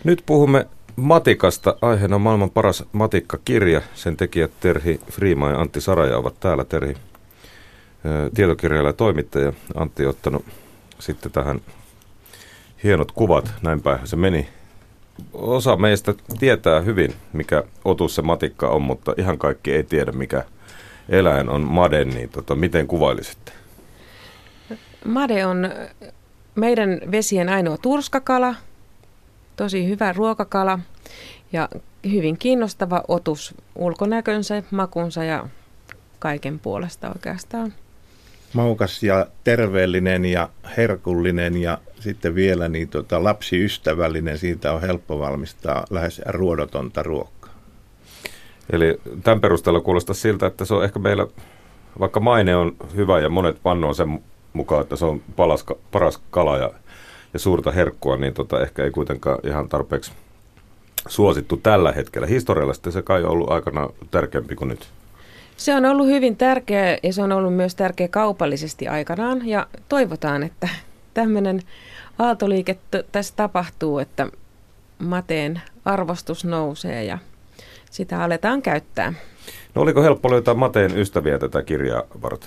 Nyt puhumme matikasta. Aiheena on maailman paras matikkakirja. Sen tekijät Terhi Freeman ja Antti Saraja ovat täällä. Terhi tietokirjailija ja toimittaja. Antti ottanut sitten tähän hienot kuvat. Näinpä se meni. Osa meistä tietää hyvin, mikä otus se matikka on, mutta ihan kaikki ei tiedä, mikä eläin on made. Niin miten kuvailisitte? Made on meidän vesien ainoa turskakala. Tosi hyvä ruokakala ja hyvin kiinnostava otus ulkonäkönsä, makunsa ja kaiken puolesta oikeastaan. Maukas ja terveellinen ja herkullinen ja sitten vielä lapsiystävällinen. Siitä on helppo valmistaa lähes ruodotonta ruokaa. Eli tämän perusteella kuulostaa siltä, että se on ehkä meillä, vaikka maine on hyvä ja monet vannoo sen mukaan, että se on paras kala ja suurta herkkua, niin ehkä ei kuitenkaan ihan tarpeeksi suosittu tällä hetkellä. Historiallisesti se kai on ollut aikana tärkeämpi kuin nyt. Se on ollut hyvin tärkeä ja se on ollut myös tärkeä kaupallisesti aikanaan ja toivotaan, että tämmöinen aaltoliike tässä tapahtuu, että mateen arvostus nousee ja sitä aletaan käyttää. No oliko helppo löytää mateen ystäviä tätä kirjaa varten?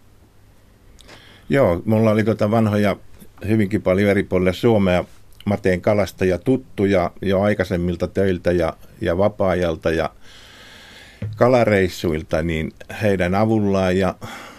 Joo, mulla oli vanhoja hyvinkin paljon eri puolilla Suomea mateen kalastajia tuttuja jo aikaisemmilta töiltä ja vapaa-ajalta ja kalareissuilta, niin heidän avullaan ja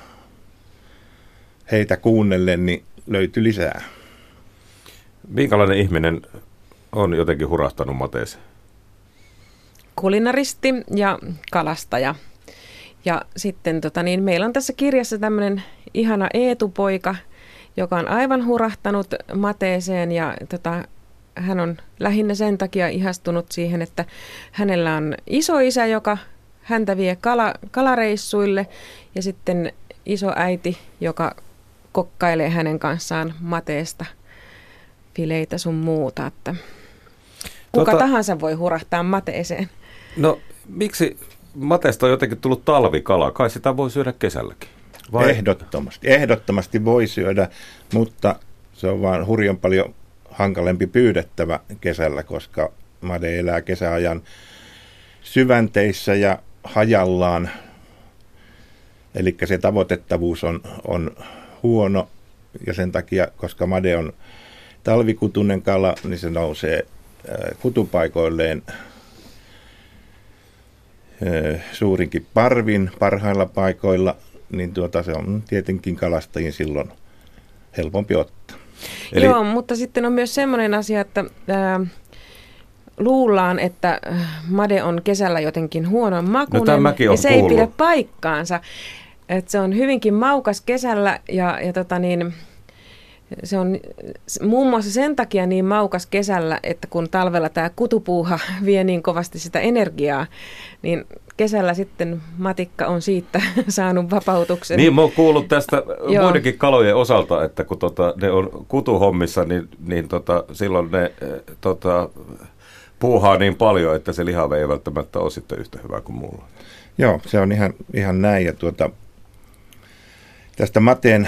heitä kuunnellen niin löytyi lisää. Minkälainen ihminen on jotenkin hurahtanut mateeseen? Kulinaristi ja kalastaja. Ja sitten meillä on tässä kirjassa tämmöinen ihana Eetu-poika, joka on aivan hurahtanut mateeseen ja hän on lähinnä sen takia ihastunut siihen, että hänellä on isoisä, joka häntä vie kalareissuille ja sitten isoäiti, joka kokkailee hänen kanssaan mateesta fileitä sun muuta. Että kuka tahansa voi hurahtaa mateeseen. No miksi mateesta on jotenkin tullut talvikala? Kai sitä voi syödä kesälläkin. Vai? Ehdottomasti voi syödä, mutta se on vaan hurjan paljon hankalempi pyydettävä kesällä, koska made elää kesäajan syvänteissä ja hajallaan. Eli se tavoitettavuus on huono ja sen takia, koska made on talvikutunen kala, niin se nousee kutupaikoilleen suurinkin parvin parhailla paikoilla, niin se on tietenkin kalastajien silloin helpompi ottaa. Eli... Joo, mutta sitten on myös semmoinen asia, että luullaan, että made on kesällä jotenkin huonon makuinen, ja se ei pidä paikkaansa. Että se on hyvinkin maukas kesällä ja se on muun muassa sen takia niin maukas kesällä, että kun talvella tämä kutupuuha vie niin kovasti sitä energiaa, niin kesällä sitten matikka on siitä saanut vapautuksen. Niin, mä oon kuullut tästä muidenkin kalojen osalta, että kun ne on kutuhommissa, niin silloin ne puuhaa niin paljon, että se liha ei välttämättä ole sitten yhtä hyvää kuin muulla. Joo, se on ihan näin. Ja tästä mateen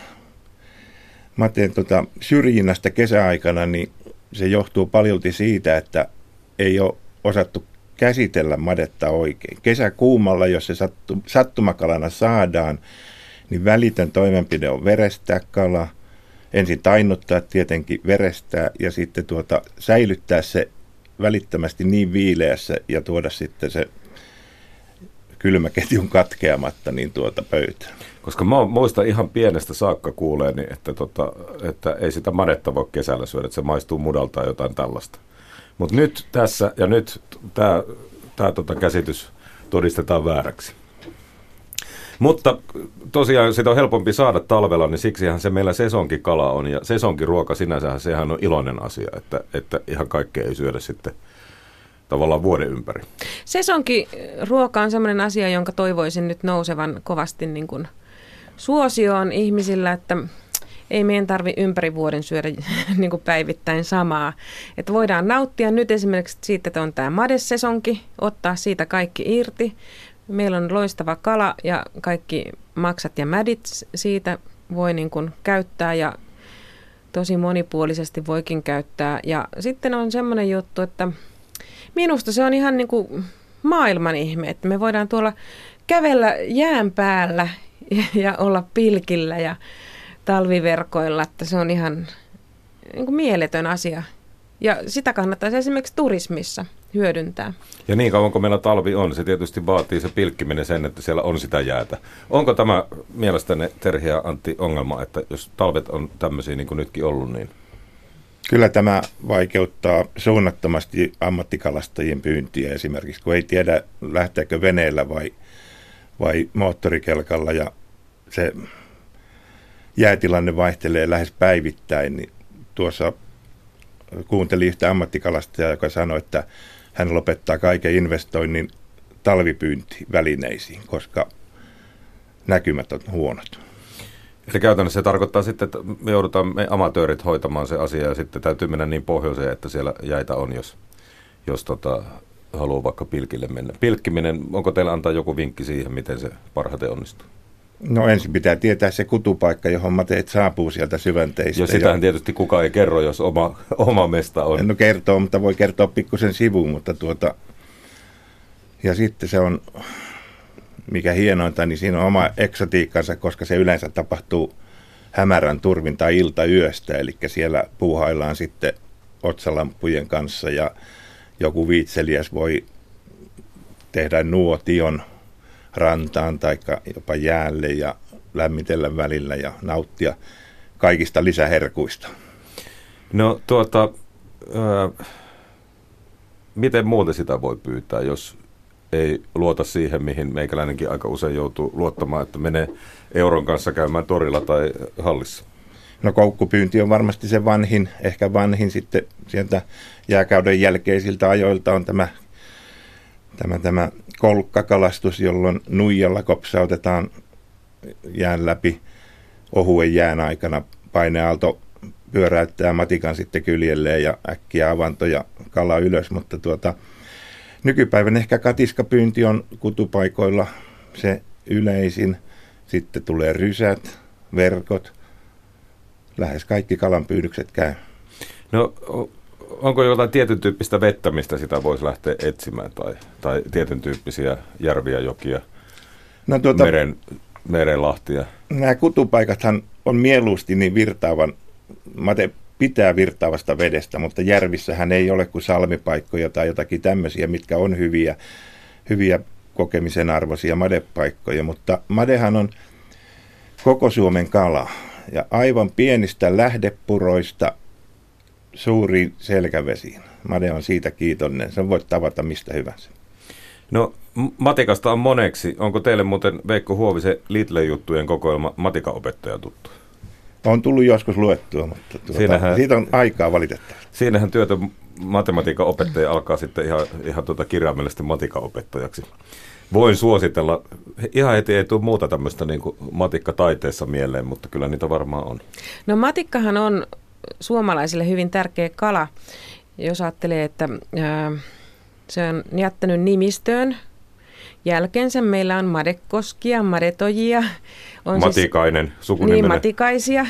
syrjinnästä kesäaikana, niin se johtuu paljolti siitä, että ei ole osattu käsitellä madetta oikein. Kesäkuumalla, jos se sattumakalana saadaan, niin välitön toimenpide on verestää kala. Ensin tainnuttaa, tietenkin verestää ja sitten säilyttää se välittömästi niin viileässä ja tuoda sitten se kylmäketjun katkeamatta niin pöytään. Koska mä muistan ihan pienestä saakka kuuleeni, että ei sitä madetta voi kesällä syödä, että se maistuu mudalta jotain tällaista. Mutta nyt tässä ja nyt tämä käsitys todistetaan vääräksi. Mutta tosiaan sitä on helpompi saada talvella, niin siksihän se meillä sesonkikala on. Ja sesonkiruoka sinänsähän sehän on iloinen asia, että ihan kaikkea ei syödä sitten tavallaan vuoden ympäri. Sesonkiruoka on sellainen asia, jonka toivoisin nyt nousevan kovasti niin kuin suosioon ihmisillä, että ei meidän tarvitse ympäri vuoden syödä niin kuin päivittäin samaa. Että voidaan nauttia nyt esimerkiksi siitä, että on tämä madesesonki, ottaa siitä kaikki irti. Meillä on loistava kala ja kaikki maksat ja mädit siitä voi niin kuin käyttää ja tosi monipuolisesti voikin käyttää. Ja sitten on semmoinen juttu, että minusta se on ihan niin kuin maailman ihme, että me voidaan tuolla kävellä jään päällä ja olla pilkillä ja talviverkoilla, että se on ihan niin kuin mieletön asia. Ja sitä kannattaisi esimerkiksi turismissa hyödyntää. Ja niin kauan kuin meillä talvi on, se tietysti vaatii se pilkkiminen sen, että siellä on sitä jäätä. Onko tämä mielestäni, Terhi ja Antti, ongelma, että jos talvet on tämmöisiä niin kuin nytkin ollut, niin... Kyllä tämä vaikeuttaa suunnattomasti ammattikalastajien pyyntiä esimerkiksi, kun ei tiedä lähteekö veneellä vai moottorikelkalla ja se jäätilanne vaihtelee lähes päivittäin. Niin tuossa kuuntelin yhtä ammattikalastajaa, joka sanoi, että hän lopettaa kaiken investoinnin talvipyyntivälineisiin, koska näkymät on huonot. Eli käytännössä se tarkoittaa sitten, että me joudutaan me amatöörit hoitamaan se asia ja sitten täytyy mennä niin pohjoiseen, että siellä jäitä on, jos haluaa vaikka pilkille mennä. Pilkkiminen, onko teillä antaa joku vinkki siihen, miten se parhaiten onnistuu? No ensin pitää tietää se kutupaikka, johon mateet saapuu sieltä syvänteistä. Ja sitähän tietysti kukaan ei kerro, jos oma mesta on. No kertoo, mutta voi kertoa pikkusen sivuun, mutta ja sitten se on, mikä hienointa, niin siinä on oma eksotiikkansa, koska se yleensä tapahtuu hämärän turvin tai iltayöstä, eli siellä puuhaillaan sitten otsalampujen kanssa ja joku viitseliäs voi tehdä nuotion rantaan tai jopa jäälle ja lämmitellä välillä ja nauttia kaikista lisäherkuista. No miten muuten sitä voi pyytää, jos ei luota siihen, mihin meikäläinenkin aika usein joutuu luottamaan, että menee euron kanssa käymään torilla tai hallissa? No koukkupyynti on varmasti se ehkä vanhin sitten sieltä jääkauden jälkeisiltä ajoilta on tämä kolkkakalastus, jolloin nuijalla kopsautetaan jään läpi ohuen jään aikana. Paineaalto pyöräyttää matikan sitten kyljelleen ja äkkiä avanto ja kala ylös, mutta nykypäivän ehkä katiskapyynti on kutupaikoilla se yleisin. Sitten tulee rysät, verkot, lähes kaikki kalanpyydykset käy. No onko jotain tietyn tyyppistä vettä, mistä sitä voisi lähteä etsimään, tai tietyn tyyppisiä järviä, jokia, merenlahtia? Nämä kutupaikathan on mieluusti niin mate pitää virtaavasta vedestä, mutta järvissähän ei ole kuin salmipaikkoja tai jotakin tämmöisiä, mitkä on hyviä kokemisen arvoisia madepaikkoja, mutta madehan on koko Suomen kala ja aivan pienistä lähdepuroista suuriin selkävesiin. Made on siitä kiitollinen. Sen voit tavata mistä hyvänsä. No matikasta on moneksi. Onko teille muuten Veikko Huovisen Lidl-juttujen kokoelma matikaopettaja tuttu? On tullut joskus luettua, mutta siitä on aikaa valitettavasti. Siinähän työtön matematiikan opettaja alkaa sitten ihan kirjaimellisesti matikaopettajaksi. Voin suositella. Ihan heti ei tule muuta tämmöistä niin kuin matikkataiteessa mieleen, mutta kyllä niitä varmaan on. No matikkahan on suomalaisille hyvin tärkeä kala. Jos ajattelee, että se on jättänyt nimistöön jälkeensä. Meillä on madekoskia, madetojia. On Matikainen sukuniminen. Niin, matikaisia.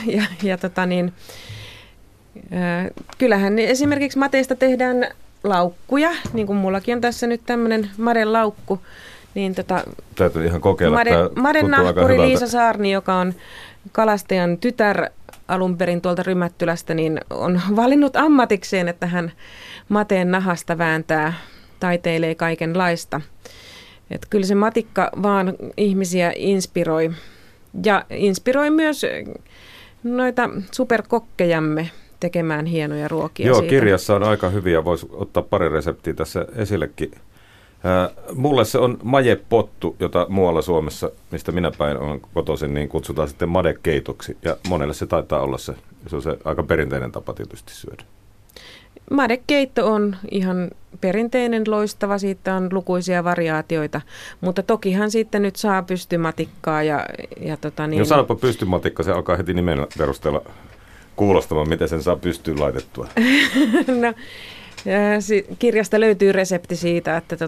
Kyllähän esimerkiksi mateista tehdään laukkuja, niin kuin mullakin on tässä nyt tämmöinen madelaukku. Niin täytyy ihan kokeilla. Maden nahkuri Liisa Saarni, joka on kalastajan tytär alun perin tuolta Rymättylästä, niin on valinnut ammatikseen, että hän mateen nahasta vääntää, taiteilee kaikenlaista. Että kyllä se matikka vaan ihmisiä inspiroi. Ja inspiroi myös noita superkokkejamme tekemään hienoja ruokia. Joo, siitä. Kirjassa on aika hyviä. Voisi ottaa pari reseptiä tässä esillekin. Mulle se on majepottu, jota muualla Suomessa, mistä minä päin olen kotoisin, niin kutsutaan sitten madekeitoksi. Ja monelle se taitaa olla se on se aika perinteinen tapa tietysti syödä. Madekeitto on ihan perinteinen, loistava, siitä on lukuisia variaatioita, mutta tokihan sitten nyt saa pystymatikkaa No sanoppa pystymatikka, se alkaa heti nimen perusteella kuulostamaan, miten sen saa pystyyn laitettua. No, kirjasta löytyy resepti siitä, että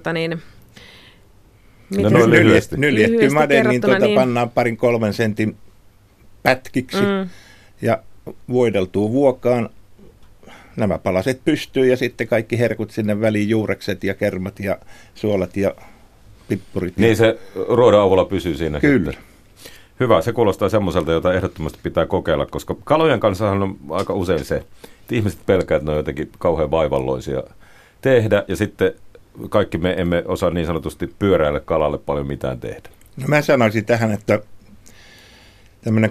nyljetty made, niin pannaan 2-3 sentin pätkiksi ja voideltuun vuokaan nämä palaset pystyy ja sitten kaikki herkut sinne väliin, juurekset ja kermat ja suolat ja pippurit. Niin se ruodon avulla pysyy siinä. Kyllä. Sitten. Hyvä, se kuulostaa semmoiselta, jota ehdottomasti pitää kokeilla, koska kalojen kanssa on aika usein se, että ihmiset pelkää, että ne on jotenkin kauhean vaivalloisia tehdä, ja sitten kaikki me emme osaa niin sanotusti pyöräille kalalle paljon mitään tehdä. No mä sanoisin tähän, että tämmöinen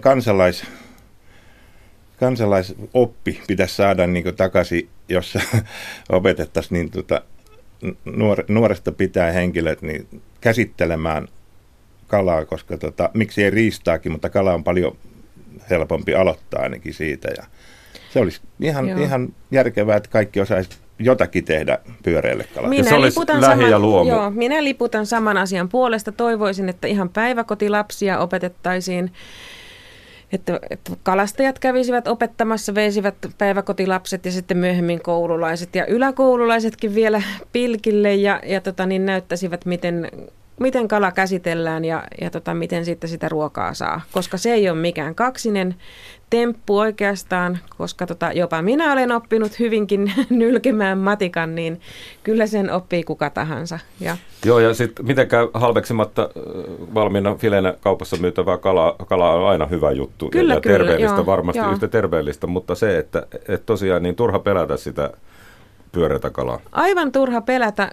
kansalaisoppi pitäisi saada niin takaisin, jossa opetettaisiin niin nuoresta pitää henkilöt niin käsittelemään kalaa, koska miksi ei riistaakin, mutta kala on paljon helpompi aloittaa ainakin siitä. Ja se olisi ihan järkevää, että kaikki osaisi jotakin tehdä pyöreille kalalle. Minä liputan saman asian puolesta. Toivoisin, että ihan päiväkotilapsia opetettaisiin, että kalastajat kävisivät opettamassa, veisivät päiväkotilapset ja sitten myöhemmin koululaiset ja yläkoululaisetkin vielä pilkille ja näyttäisivät, miten kala käsitellään ja miten sitten sitä ruokaa saa. Koska se ei ole mikään kaksinen temppu oikeastaan, koska jopa minä olen oppinut hyvinkin nylkemään matikan, niin kyllä sen oppii kuka tahansa. Joo, ja sitten mitenkään halveksimatta valmiina fileenä kaupassa myytävää kalaa on aina hyvä juttu. Kyllä, ja terveellistä, varmasti yhtä terveellistä, mutta se, että tosiaan niin turha pelätä sitä pyöreätä kalaa. Aivan turha pelätä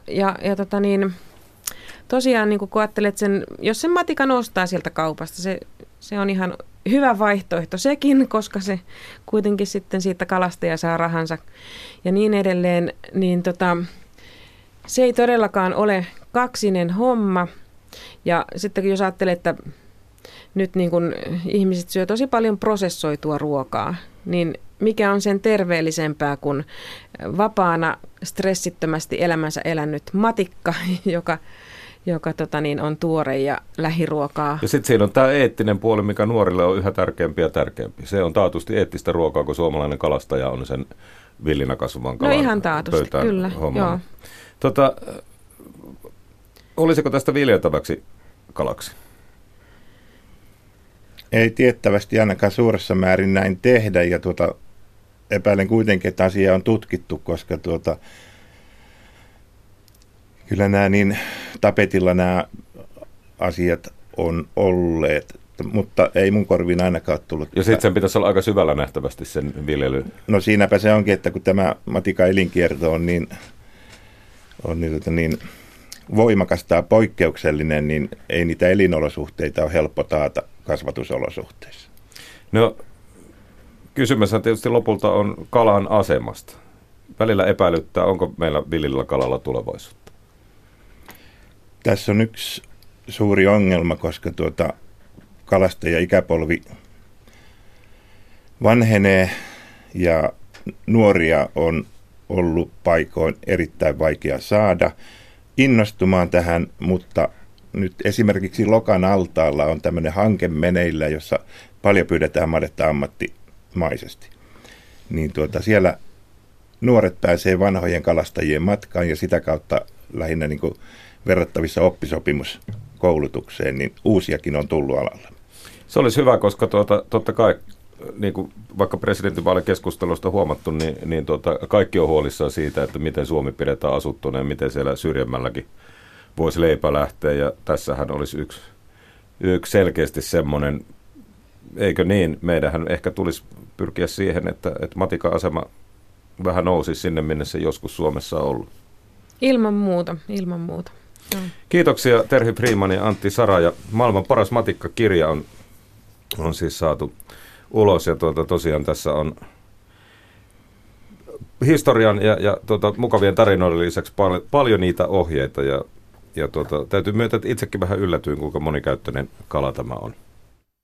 tosiaan niin kun ajattelet jos sen matikan ostaa sieltä kaupasta, se on ihan hyvä vaihtoehto sekin, koska se kuitenkin sitten siitä kalastaja saa rahansa ja niin edelleen, niin se ei todellakaan ole kaksinen homma. Ja sitten jos ajattelee, että nyt niin kun ihmiset syö tosi paljon prosessoitua ruokaa, niin mikä on sen terveellisempää kuin vapaana stressittömästi elämänsä elänyt matikka, joka on tuore ja lähiruokaa. Ja sitten siinä on tämä eettinen puoli, mikä nuorille on yhä tärkeämpi ja tärkeämpi. Se on taatusti eettistä ruokaa, kun suomalainen kalastaja on sen villinä kasvavan kalan ihan taatusti, kyllä. Joo. Olisiko tästä viljeltäväksi kalaksi? Ei tiettävästi ainakaan suuressa määrin näin tehdä ja epäilen kuitenkin, että asia on tutkittu, koska kyllä tapetilla nämä asiat on olleet, mutta ei mun korviin ainakaan ole tullut. Ja sitten sen pitäisi olla aika syvällä nähtävästi sen viljely. No siinäpä se onkin, että kun tämä matikan elinkierto on niin voimakasta ja poikkeuksellinen, niin ei niitä elinolosuhteita ole helppo taata kasvatusolosuhteissa. No kysymys tietysti lopulta on kalan asemasta. Välillä epäilyttää, onko meillä villillä kalalla tulevaisuutta. Tässä on yksi suuri ongelma, koska kalastajaikäpolvi vanhenee ja nuoria on ollut paikoin erittäin vaikea saada innostumaan tähän, mutta nyt esimerkiksi Lokan altaalla on tämmöinen hanke meneillä, jossa paljon pyydetään madetta ammattimaisesti. Niin siellä nuoret pääsee vanhojen kalastajien matkaan ja sitä kautta lähinnä niin kuin verrattavissa oppisopimuskoulutukseen, niin uusiakin on tullut alalle. Se olisi hyvä, koska totta kai, niin kuin vaikka presidentinvaalikeskustelusta huomattu, niin kaikki on huolissaan siitä, että miten Suomi pidetään asuttuna ja miten siellä syrjemmälläkin voisi leipä lähteä. Ja tässähän olisi yksi selkeästi semmoinen, eikö niin, meidänhän ehkä tulisi pyrkiä siihen, että matikan asema vähän nousisi sinne, minne se joskus Suomessa on ollut. Ilman muuta. Joo. Kiitoksia Terhi Freeman ja Antti Sara. Ja maailman paras matikkakirja on siis saatu ulos. Ja tosiaan tässä on historian ja mukavien tarinoiden lisäksi paljon niitä ohjeita. Ja täytyy myöntää, että itsekin vähän yllätyin, kuinka monikäyttöinen kala tämä on.